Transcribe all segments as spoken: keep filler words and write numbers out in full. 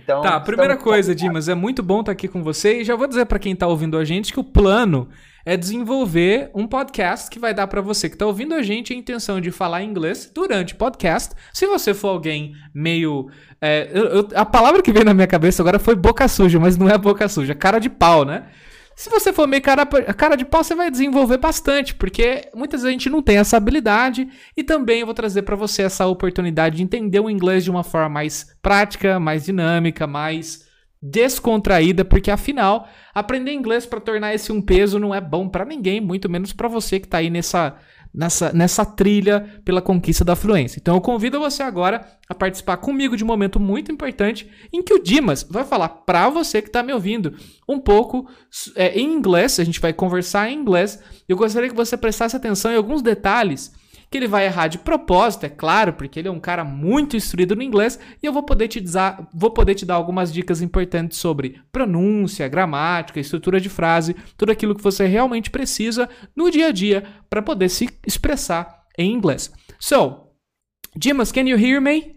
Então, Tá, primeira estamos... coisa, Dimas, é muito bom estar aqui com você e já vou dizer para quem tá ouvindo a gente que o plano é desenvolver um podcast que vai dar para você que tá ouvindo a gente a intenção de falar inglês durante o podcast. Se você for alguém meio... É, eu, eu, a palavra que veio na minha cabeça agora foi boca suja, mas não é boca suja, cara de pau, né? Se você for meio cara, cara de pau, você vai desenvolver bastante, porque muitas vezes a gente não tem essa habilidade e também eu vou trazer para você essa oportunidade de entender o inglês de uma forma mais prática, mais dinâmica, mais descontraída, porque afinal, aprender inglês para tornar esse um peso não é bom para ninguém, muito menos para você que tá aí nessa, nessa, nessa trilha pela conquista da fluência. Então eu convido você agora a participar comigo de um momento muito importante em que o Dimas vai falar para você que tá me ouvindo um pouco é, em inglês, a gente vai conversar em inglês. Eu gostaria que você prestasse atenção em alguns detalhes que ele vai errar de propósito, é claro, porque ele é um cara muito instruído no inglês, e eu vou poder te dar, vou poder te dar algumas dicas importantes sobre pronúncia, gramática, estrutura de frase, tudo aquilo que você realmente precisa no dia a dia para poder se expressar em inglês. So, Dimas, can you hear me?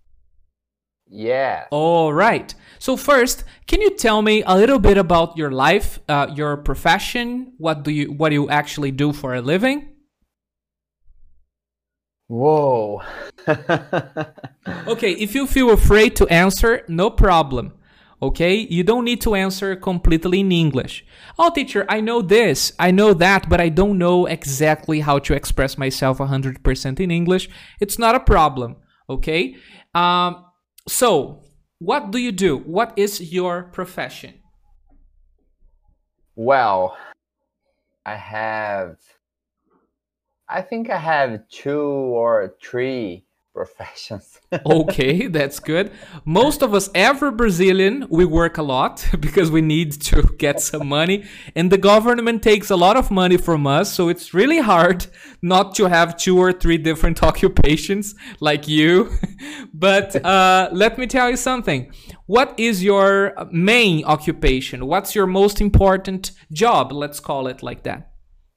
Yeah. All right. So first, can you tell me a little bit about your life, uh, your profession? What do you what do you actually do for a living? Whoa. Okay, if you feel afraid to answer, no problem. Okay, you don't need to answer completely in English. Oh, teacher, I know this, I know that, but I don't know exactly how to express myself one hundred percent in English. It's not a problem. Okay. Um. So, what do you do? What is your profession? Well, I have... I think I have two or three professions. Okay, that's good. Most of us, every Brazilian, we work a lot because we need to get some money. And the government takes a lot of money from us. So it's really hard not to have two or three different occupations like you. But uh, let me tell you something. What is your main occupation? What's your most important job? Let's call it like that.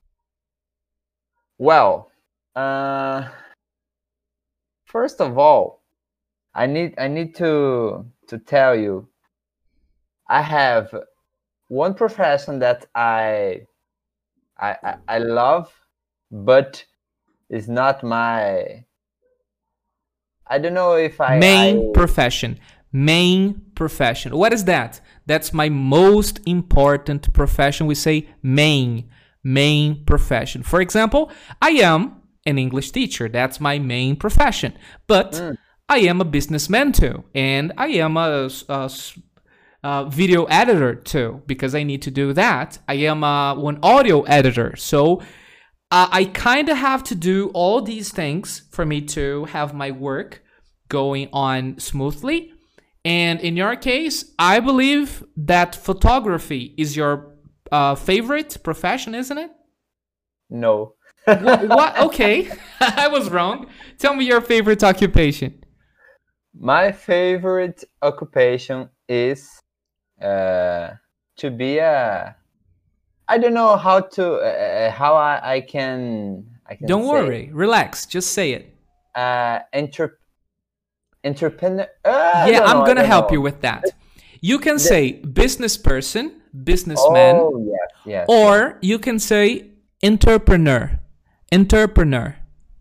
Well, uh, first of all, I need I need to to tell you, I have one profession that I I I, I love, but it's not my. I don't know if I Main I, profession. Main profession. What is that? That's my most important profession. We say main. Main profession. For example, I am an English teacher. That's my main profession. But mm. I am a businessman too. And I am a, a, a video editor too, because I need to do that. I am a, an audio editor. So uh, I kind of have to do all these things for me to have my work going on smoothly. And in your case, I believe that photography is your Uh, favorite profession, isn't it? No. what, what? Okay, I was wrong. Tell me your favorite occupation. My favorite occupation is uh, to be a. I don't know how to uh, how I, I can. I can Don't say worry, relax. Just say it. Uh, inter, entrepreneur. Uh, yeah, I'm know, gonna help know. you with that. You can the, say business person. Businessman, oh, yes, yes, or yes. you can say entrepreneur, entrepreneur.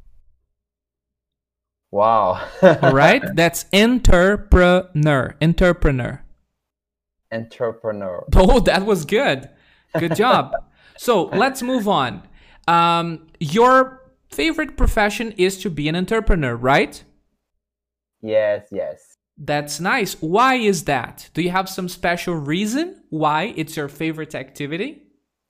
Wow. All right, that's entrepreneur, entrepreneur. Entrepreneur. Oh, that was good. Good job. So let's move on. Um, your favorite profession is to be an entrepreneur, right? Yes, yes. That's nice. Why is that? Do you have some special reason why it's your favorite activity?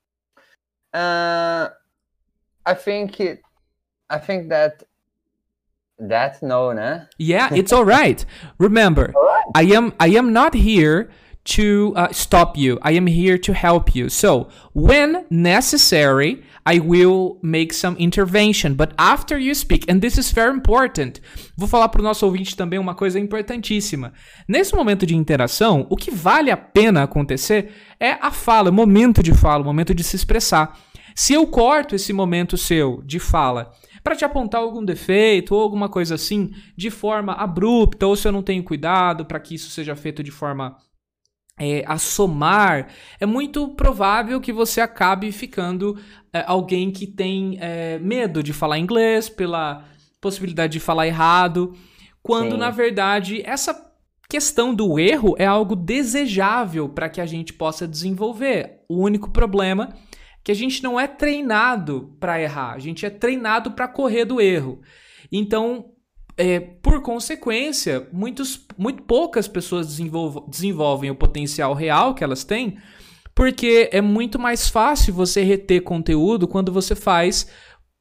Uh, I think it. I think that. That's no, nah? Yeah, it's all right. Remember, all right. I am I am not here to uh, stop you. I am here to help you. So when necessary, I will make some intervention. But after you speak, and this is very important. Vou falar para o nosso ouvinte também uma coisa importantíssima. Nesse momento de interação, o que vale a pena acontecer é a fala, o momento de fala, o momento de se expressar. Se eu corto esse momento seu de fala para te apontar algum defeito ou alguma coisa assim de forma abrupta, ou se eu não tenho cuidado para que isso seja feito de forma é, a somar, é muito provável que você acabe ficando é, alguém que tem é, medo de falar inglês pela possibilidade de falar errado, quando Sim. na verdade essa questão do erro é algo desejável para que a gente possa desenvolver. O único problema é que a gente não é treinado para errar, a gente é treinado para correr do erro. Então, é, por consequência, muitos, muito poucas pessoas desenvolve, desenvolvem o potencial real que elas têm, porque é muito mais fácil você reter conteúdo quando você faz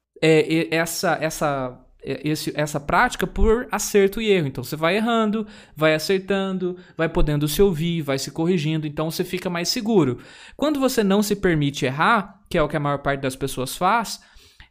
é, essa... essa Esse, essa prática por acerto e erro. Então você vai errando, vai acertando, vai podendo se ouvir, vai se corrigindo, então você fica mais seguro. Quando você não se permite errar, que é o que a maior parte das pessoas faz,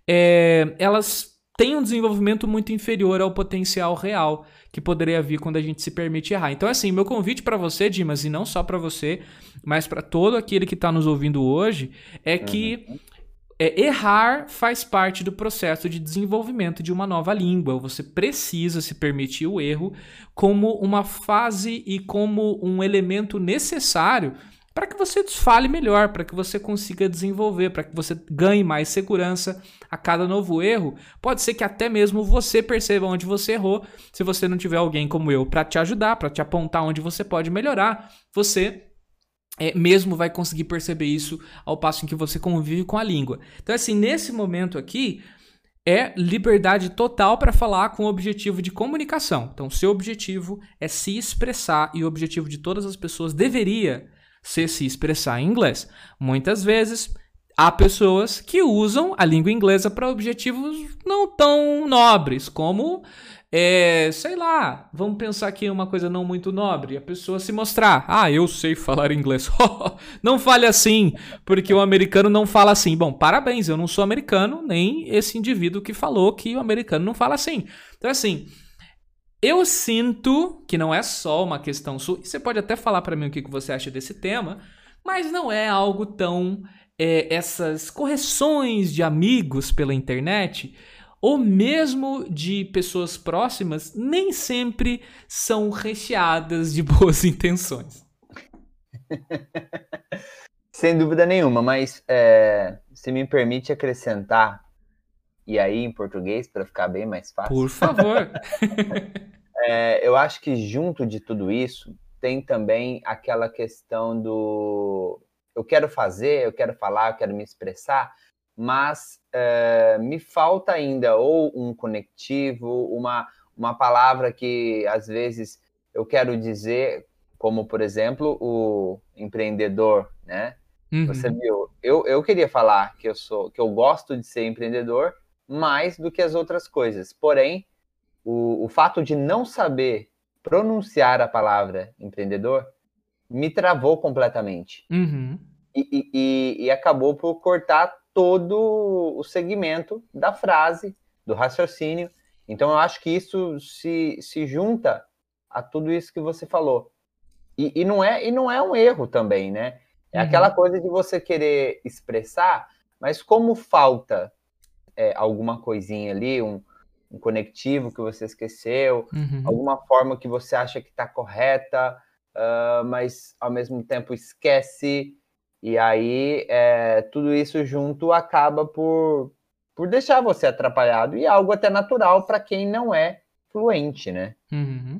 é, elas têm um desenvolvimento muito inferior ao potencial real que poderia vir quando a gente se permite errar. Então assim, meu convite para você, Dimas, e não só para você, mas para todo aquele que está nos ouvindo hoje, é que Uhum. É, errar faz parte do processo de desenvolvimento de uma nova língua. Você precisa se permitir o erro como uma fase e como um elemento necessário para que você fale melhor, para que você consiga desenvolver, para que você ganhe mais segurança a cada novo erro. Pode ser que até mesmo você perceba onde você errou. Se você não tiver alguém como eu para te ajudar, para te apontar onde você pode melhorar, você... É, mesmo vai conseguir perceber isso ao passo em que você convive com a língua. Então, assim, nesse momento aqui, é liberdade total para falar com o objetivo de comunicação. Então, seu objetivo é se expressar e o objetivo de todas as pessoas deveria ser se expressar em inglês. Muitas vezes, há pessoas que usam a língua inglesa para objetivos não tão nobres, como... É, sei lá, vamos pensar aqui em uma coisa não muito nobre, a pessoa se mostrar, ah, eu sei falar inglês, não fale assim, porque o americano não fala assim. Bom, parabéns, eu não sou americano, nem esse indivíduo que falou que o americano não fala assim. Então assim, eu sinto que não é só uma questão sua, e você pode até falar pra mim o que você acha desse tema, mas não é algo tão, é, essas correções de amigos pela internet... ou mesmo de pessoas próximas, nem sempre são recheadas de boas intenções. Sem dúvida nenhuma, mas é, se me permite acrescentar, e aí em português, para ficar bem mais fácil. Por favor. é, eu acho que junto de tudo isso, tem também aquela questão do... eu quero fazer, eu quero falar, eu quero me expressar, mas é, me falta ainda ou um conectivo, uma, uma palavra que às vezes eu quero dizer, como por exemplo o empreendedor, né? Uhum. Você viu, eu, eu queria falar que eu sou, que eu gosto de ser empreendedor mais do que as outras coisas, porém o, o fato de não saber pronunciar a palavra empreendedor me travou completamente. Uhum. e, e, e acabou por cortar todo o segmento da frase, do raciocínio. Então, eu acho que isso se, se junta a tudo isso que você falou. E, e, não, é, e não é um erro também, né? É uhum. aquela coisa de você querer expressar, mas como falta é, alguma coisinha ali, um, um conectivo que você esqueceu, uhum. alguma forma que você acha que está correta, uh, mas ao mesmo tempo esquece... E aí, é, tudo isso junto acaba por, por deixar você atrapalhado. E é algo até natural para quem não é fluente, né? Uhum.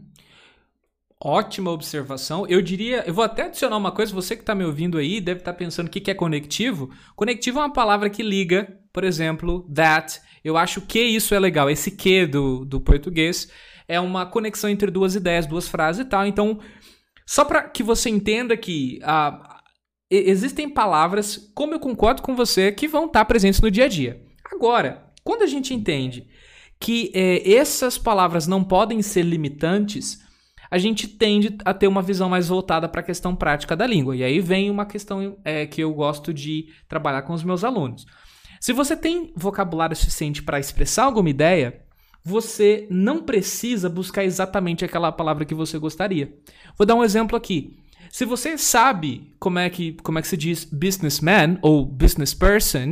Ótima observação. Eu diria, eu vou até adicionar uma coisa, você que está me ouvindo aí deve estar tá pensando o que, que é conectivo. Conectivo é uma palavra que liga, por exemplo, that. Eu acho que isso é legal. Esse que do, do português é uma conexão entre duas ideias, duas frases e tal. Então, só para que você entenda que... a existem palavras, como eu concordo com você, que vão estar presentes no dia a dia. Agora, quando a gente entende que é, essas palavras não podem ser limitantes, a gente tende a ter uma visão mais voltada para a questão prática da língua. E aí vem uma questão é, que eu gosto de trabalhar com os meus alunos. Se você tem vocabulário suficiente para expressar alguma ideia, você não precisa buscar exatamente aquela palavra que você gostaria. Vou dar um exemplo aqui. Se você sabe como é que, como é que se diz businessman ou business person,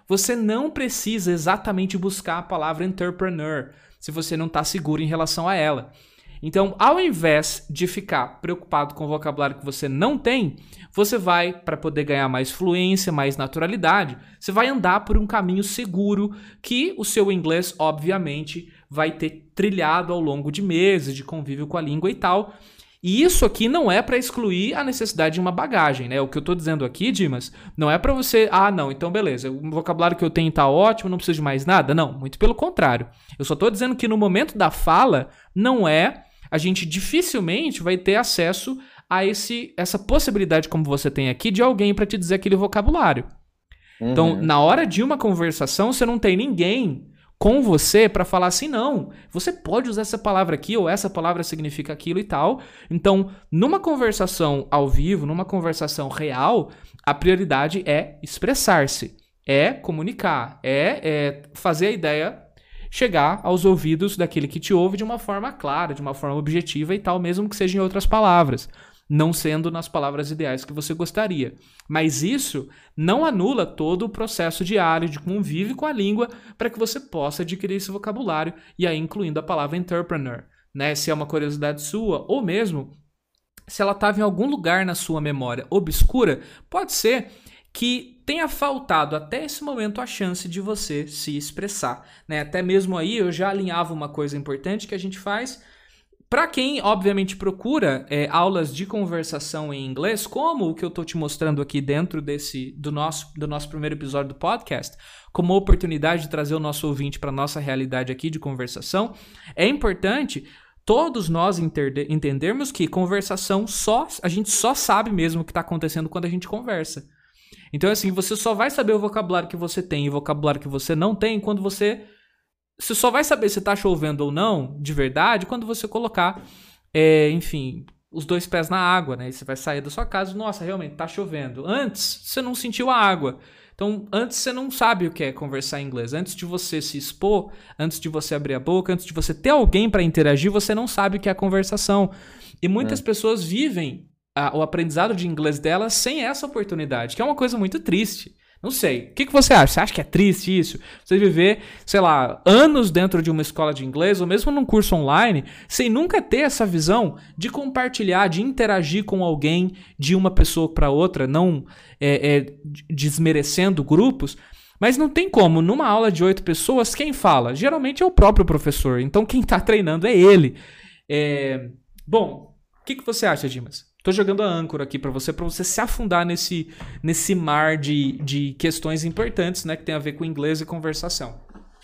você não precisa exatamente buscar a palavra entrepreneur se você não está seguro em relação a ela. Então, ao invés de ficar preocupado com o vocabulário que você não tem, você vai, para poder ganhar mais fluência, mais naturalidade, você vai andar por um caminho seguro que o seu inglês, obviamente, vai ter trilhado ao longo de meses de convívio com a língua e tal. E isso aqui não é para excluir a necessidade de uma bagagem, né? O que eu tô dizendo aqui, Dimas, não é para você, ah, não, então beleza, o vocabulário que eu tenho tá ótimo, não preciso de mais nada. Não, muito pelo contrário. Eu só tô dizendo que no momento da fala, não é, a gente dificilmente vai ter acesso a esse, essa possibilidade, como você tem aqui, de alguém para te dizer aquele vocabulário. Uhum. Então, na hora de uma conversação, você não tem ninguém com você para falar assim, não, você pode usar essa palavra aqui, ou essa palavra significa aquilo e tal. Então, numa conversação ao vivo, numa conversação real, a prioridade é expressar-se, é comunicar, é, é fazer a ideia chegar aos ouvidos daquele que te ouve de uma forma clara, de uma forma objetiva e tal, mesmo que seja em outras palavras, não sendo nas palavras ideais que você gostaria. Mas isso não anula todo o processo diário de convívio com a língua para que você possa adquirir esse vocabulário, e aí incluindo a palavra entrepreneur, né? Se é uma curiosidade sua, ou mesmo se ela estava em algum lugar na sua memória obscura, pode ser que tenha faltado até esse momento a chance de você se expressar, né? Até mesmo aí eu já alinhava uma coisa importante que a gente faz. Para quem, obviamente, procura é, aulas de conversação em inglês, como o que eu estou te mostrando aqui dentro desse, do, nosso, do nosso primeiro episódio do podcast, como oportunidade de trazer o nosso ouvinte para a nossa realidade aqui de conversação, é importante todos nós entender, entendermos que conversação só, a gente só sabe mesmo o que está acontecendo quando a gente conversa. Então, assim, você só vai saber o vocabulário que você tem e o vocabulário que você não tem quando você... Você só vai saber se tá chovendo ou não, de verdade, quando você colocar, é, enfim, os dois pés na água, né? E você vai sair da sua casa e, nossa, realmente tá chovendo. Antes, você não sentiu a água. Então, antes você não sabe o que é conversar em inglês. Antes de você se expor, antes de você abrir a boca, antes de você ter alguém para interagir, você não sabe o que é conversação. E muitas é. pessoas vivem a, o aprendizado de inglês delas sem essa oportunidade, que é uma coisa muito triste. Não sei. O que, que você acha? Você acha que é triste isso? Você viver, sei lá, anos dentro de uma escola de inglês ou mesmo num curso online sem nunca ter essa visão de compartilhar, de interagir com alguém de uma pessoa para outra, não é, é, desmerecendo grupos. Mas não tem como. Numa aula de oito pessoas, quem fala? Geralmente é o próprio professor. Então quem está treinando é ele. É... Bom, o que, que você acha, Dimas? Tô jogando a âncora aqui para você, para você se afundar nesse, nesse mar de, de questões importantes, né, que tem a ver com inglês e conversação.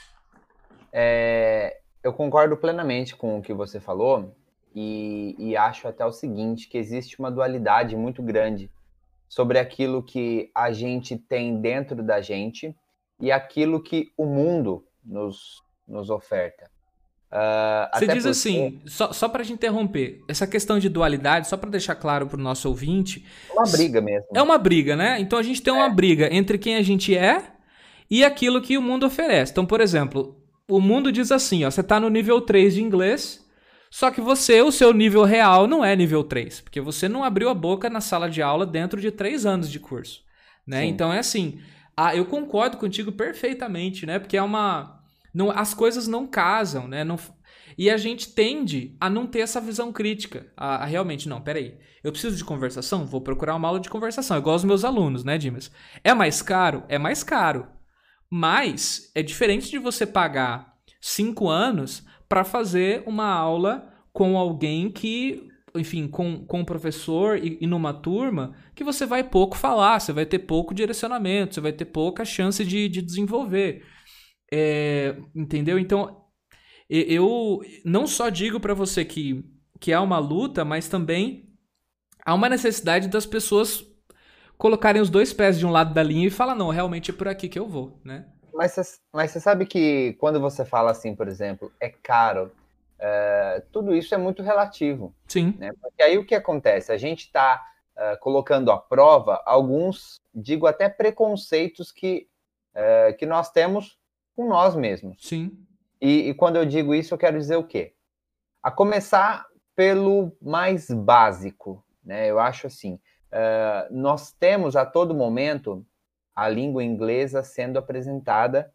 É, eu concordo plenamente com o que você falou e, e acho até o seguinte, que existe uma dualidade muito grande sobre aquilo que a gente tem dentro da gente e aquilo que o mundo nos, nos oferta. Uh, Você diz porque... assim, só, só para te interromper, essa questão de dualidade, só para deixar claro para o nosso ouvinte... É uma briga mesmo. É uma briga, né? Então a gente tem uma é. briga entre quem a gente é e aquilo que o mundo oferece. Então, por exemplo, o mundo diz assim, ó, você tá no nível três de inglês, só que você, o seu nível real não é nível três, porque você não abriu a boca na sala de aula dentro de três anos de curso, né? Sim. Então é assim, ah, eu concordo contigo perfeitamente, né? Porque é uma... Não, as coisas não casam, né? Não, e a gente tende a não ter essa visão crítica. A, a realmente, não, peraí. Eu preciso de conversação? Vou procurar uma aula de conversação. Igual os meus alunos, né, Dimas? É mais caro? É mais caro. Mas é diferente de você pagar cinco anos para fazer uma aula com alguém que... Enfim, com, com um professor e, e numa turma que você vai pouco falar, você vai ter pouco direcionamento, você vai ter pouca chance de, de desenvolver. É, entendeu? Então, eu não só digo para você que, que há uma luta, mas também há uma necessidade das pessoas colocarem os dois pés de um lado da linha e falar, não, realmente é por aqui que eu vou, né? Mas você mas sabe que quando você fala assim, por exemplo, é caro, é, tudo isso é muito relativo. Sim. Né? Porque aí o que acontece? A gente está uh, colocando à prova alguns, digo até preconceitos que, uh, que nós temos com nós mesmos. Sim. E, e quando eu digo isso, eu quero dizer o quê? A começar pelo mais básico, né? Eu acho assim, uh, nós temos a todo momento a língua inglesa sendo apresentada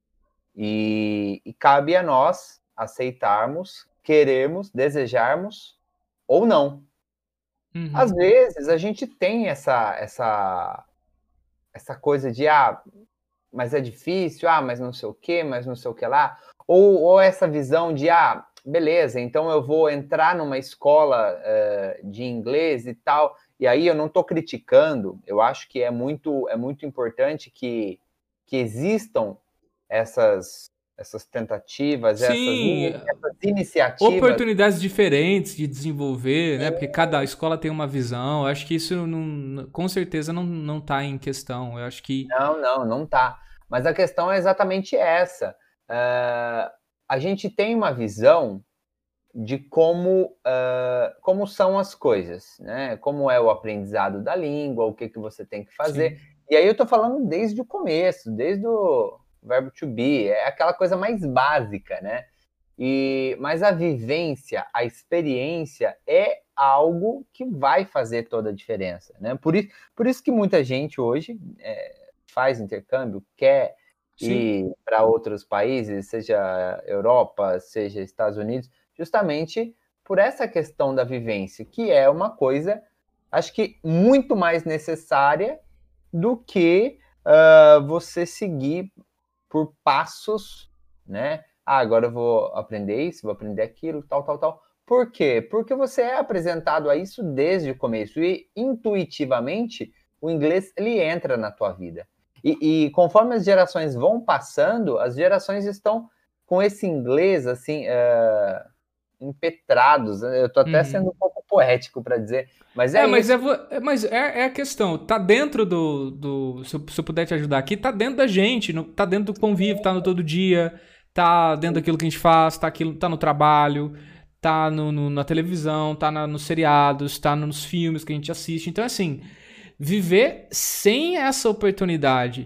e, e cabe a nós aceitarmos, querermos, desejarmos ou não. Uhum. Às vezes a gente tem essa, essa, essa coisa de, ah, mas é difícil, ah, mas não sei o que, mas não sei o que lá, ou, ou essa visão de, ah, beleza, então eu vou entrar numa escola uh, de inglês e tal, e aí eu não estou criticando, eu acho que é muito, é muito importante que, que existam essas, essas tentativas, essas, Sim, essas iniciativas. oportunidades diferentes de desenvolver, né? Porque cada escola tem uma visão. Eu acho que isso não, com certeza não, não tá em questão. Eu acho que... Não, não, não tá. Mas a questão é exatamente essa. Uh, a gente tem uma visão de como, uh, como são as coisas, né? Como é o aprendizado da língua, o que, que você tem que fazer. Sim. E aí eu tô falando desde o começo, desde o verbo to be, é aquela coisa mais básica, né? E, mas a vivência, a experiência é algo que vai fazer toda a diferença, né? Por isso, por isso que muita gente hoje é, faz intercâmbio, quer Sim. ir para outros países, seja Europa, seja Estados Unidos, justamente por essa questão da vivência, que é uma coisa, acho que muito mais necessária do que uh, você seguir por passos, né? Ah, agora eu vou aprender isso, vou aprender aquilo, tal, tal, tal. Por quê? Porque você é apresentado a isso desde o começo e intuitivamente o inglês ele entra na tua vida. E, e conforme as gerações vão passando, as gerações estão com esse inglês assim uh, impetrados. Eu tô até uhum. sendo um pouco poético para dizer, mas é, é mas isso. É, mas é, é a questão, tá dentro do... do se, eu, se eu puder te ajudar aqui, tá dentro da gente, no, tá dentro do convívio, tá no todo dia... Tá dentro daquilo que a gente faz, tá, aquilo, tá no trabalho, tá no, no, na televisão, tá na, nos seriados, tá nos filmes que a gente assiste. Então, assim, viver sem essa oportunidade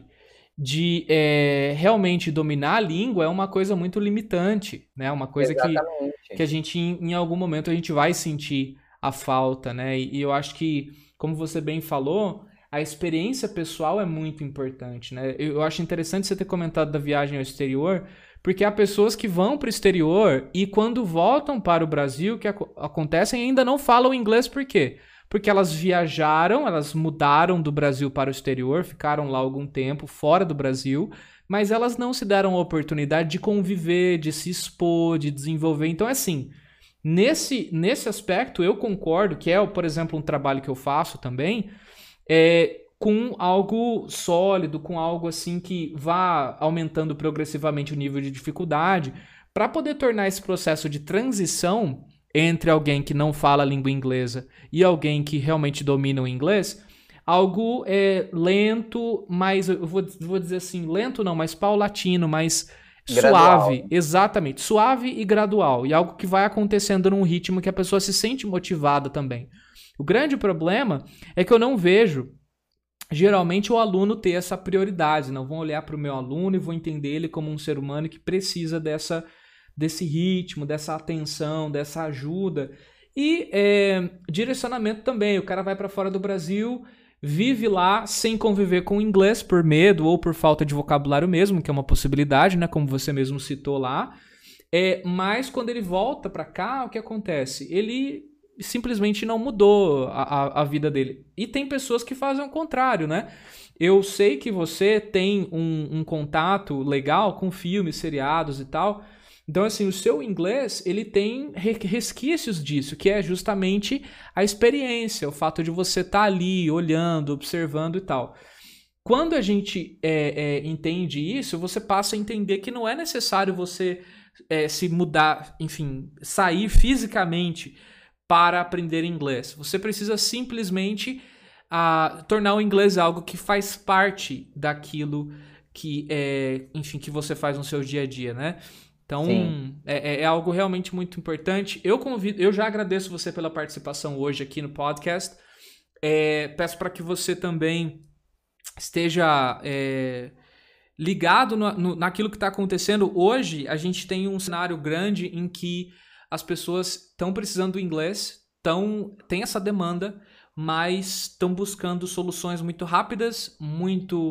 de é, realmente dominar a língua é uma coisa muito limitante, né? Uma coisa que, que a gente, em, em algum momento, a gente vai sentir a falta, né? E, e eu acho que, como você bem falou, a experiência pessoal é muito importante, né? Eu, eu acho interessante você ter comentado da viagem ao exterior, porque há pessoas que vão para o exterior e quando voltam para o Brasil, o que ac- acontecem ainda não falam inglês. Por quê? Porque elas viajaram, elas mudaram do Brasil para o exterior, ficaram lá algum tempo fora do Brasil, mas elas não se deram a oportunidade de conviver, de se expor, de desenvolver. Então, assim, nesse, nesse aspecto eu concordo, que é, por exemplo, um trabalho que eu faço também, é... com algo sólido, com algo assim que vá aumentando progressivamente o nível de dificuldade, para poder tornar esse processo de transição entre alguém que não fala a língua inglesa e alguém que realmente domina o inglês, algo é, lento, mas eu vou, vou dizer assim, lento não, mas paulatino, mais gradual. Suave, exatamente, suave e gradual, e algo que vai acontecendo num ritmo que a pessoa se sente motivada também. O grande problema é que eu não vejo geralmente o aluno ter essa prioridade, não vão olhar para o meu aluno e vão entender ele como um ser humano que precisa dessa, desse ritmo, dessa atenção, dessa ajuda. E é, direcionamento também, o cara vai para fora do Brasil, vive lá sem conviver com o inglês por medo ou por falta de vocabulário mesmo, que é uma possibilidade, né, como você mesmo citou lá. É, mas quando ele volta para cá, o que acontece? Ele simplesmente não mudou a, a, a vida dele. E tem pessoas que fazem o contrário, né? Eu sei que você tem um, um contato legal com filmes, seriados e tal. Então, assim, o seu inglês, ele tem resquícios disso, que é justamente a experiência, o fato de você estar tá ali, olhando, observando e tal. Quando a gente é, é, entende isso, você passa a entender que não é necessário você é, se mudar, enfim, sair fisicamente para aprender inglês. Você precisa simplesmente uh, tornar o inglês algo que faz parte daquilo que, é, enfim, que você faz no seu dia a dia, né? Então, é, é algo realmente muito importante. Eu convido, eu já agradeço você pela participação hoje aqui no podcast. É, peço para que você também esteja é, ligado no, no, naquilo que está acontecendo. Hoje, a gente tem um cenário grande em que as pessoas estão precisando do inglês, tão, tem essa demanda, mas estão buscando soluções muito rápidas, muito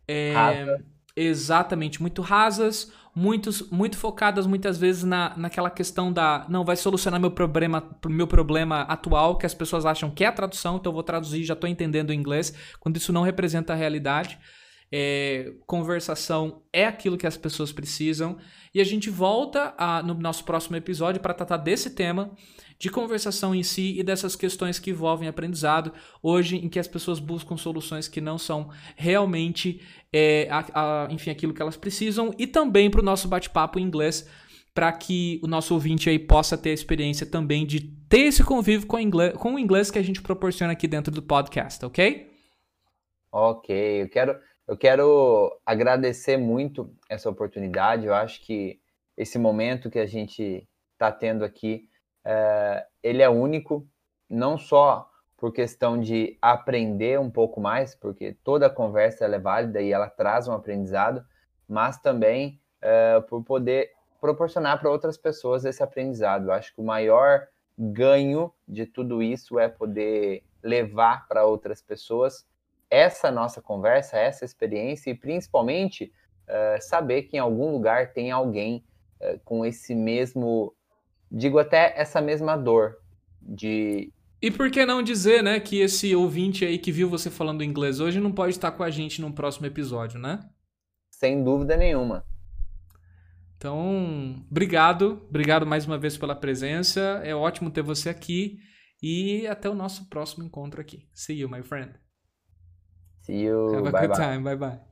É, Rasa. exatamente, muito rasas, muitos, muito focadas muitas vezes na, naquela questão da, não, vai solucionar meu problema, meu problema atual, que as pessoas acham que é a tradução, então eu vou traduzir, já estou entendendo o inglês, quando isso não representa a realidade. É, conversação é aquilo que as pessoas precisam, e a gente volta a, no nosso próximo episódio para tratar desse tema, de conversação em si e dessas questões que envolvem aprendizado, hoje em que as pessoas buscam soluções que não são realmente, é, a, a, enfim, aquilo que elas precisam, e também para o nosso bate-papo em inglês, para que o nosso ouvinte aí possa ter a experiência também de ter esse convívio com, inglês, com o inglês que a gente proporciona aqui dentro do podcast, ok? Ok, eu quero, eu quero agradecer muito essa oportunidade. Eu acho que esse momento que a gente está tendo aqui, é, ele é único, não só por questão de aprender um pouco mais, porque toda conversa ela é válida e ela traz um aprendizado, mas também é, por poder proporcionar para outras pessoas esse aprendizado. Eu acho que o maior ganho de tudo isso é poder levar para outras pessoas essa nossa conversa, essa experiência e principalmente uh, saber que em algum lugar tem alguém uh, com esse mesmo, digo até essa mesma dor de... E por que não dizer, né, que esse ouvinte aí que viu você falando inglês hoje não pode estar com a gente no próximo episódio, né? Sem dúvida nenhuma. Então, obrigado. Obrigado mais uma vez pela presença. É ótimo ter você aqui. E até o nosso próximo encontro aqui. See you, my friend. See you. Have a Bye good bye. time. Bye bye.